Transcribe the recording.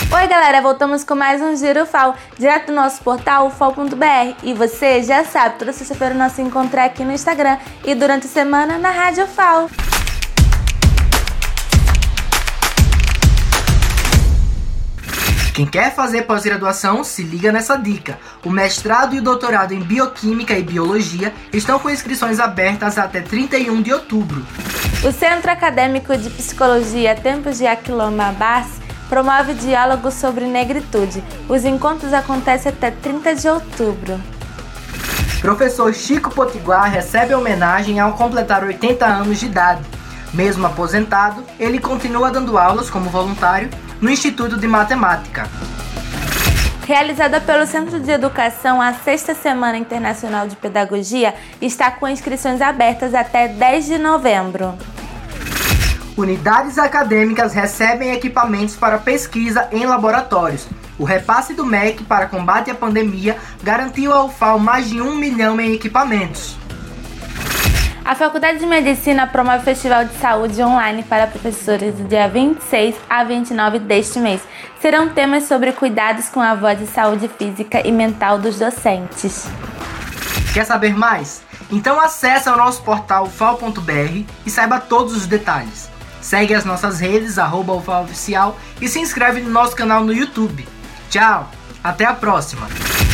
Oi galera, voltamos com mais um Giro UFAO, direto do nosso portal ufal.br. E você já sabe, toda sexta-feira nós se encontramos aqui no Instagram e durante a semana na Rádio UFAO. Quem quer fazer pós-graduação, se liga nessa dica. O mestrado e o doutorado em Bioquímica e Biologia estão com inscrições abertas até 31 de outubro. O Centro Acadêmico de Psicologia Tempos de Aquilomba Barsi promove diálogos sobre negritude. Os encontros acontecem até 30 de outubro. Professor Chico Potiguar recebe homenagem ao completar 80 anos de idade. Mesmo aposentado, ele continua dando aulas como voluntário no Instituto de Matemática. Realizada pelo Centro de Educação, a 6ª Semana Internacional de Pedagogia está com inscrições abertas até 10 de novembro. Unidades acadêmicas recebem equipamentos para pesquisa em laboratórios. O repasse do MEC para combate à pandemia garantiu ao UFAO mais de 1 milhão em equipamentos. A Faculdade de Medicina promove Festival de Saúde online para professores do dia 26 a 29 deste mês. Serão temas sobre cuidados com a voz e saúde física e mental dos docentes. Quer saber mais? Então acesse o nosso portal ufal.br e saiba todos os detalhes. Segue as nossas redes, @UFAOoficial, e se inscreve no nosso canal no YouTube. Tchau, até a próxima!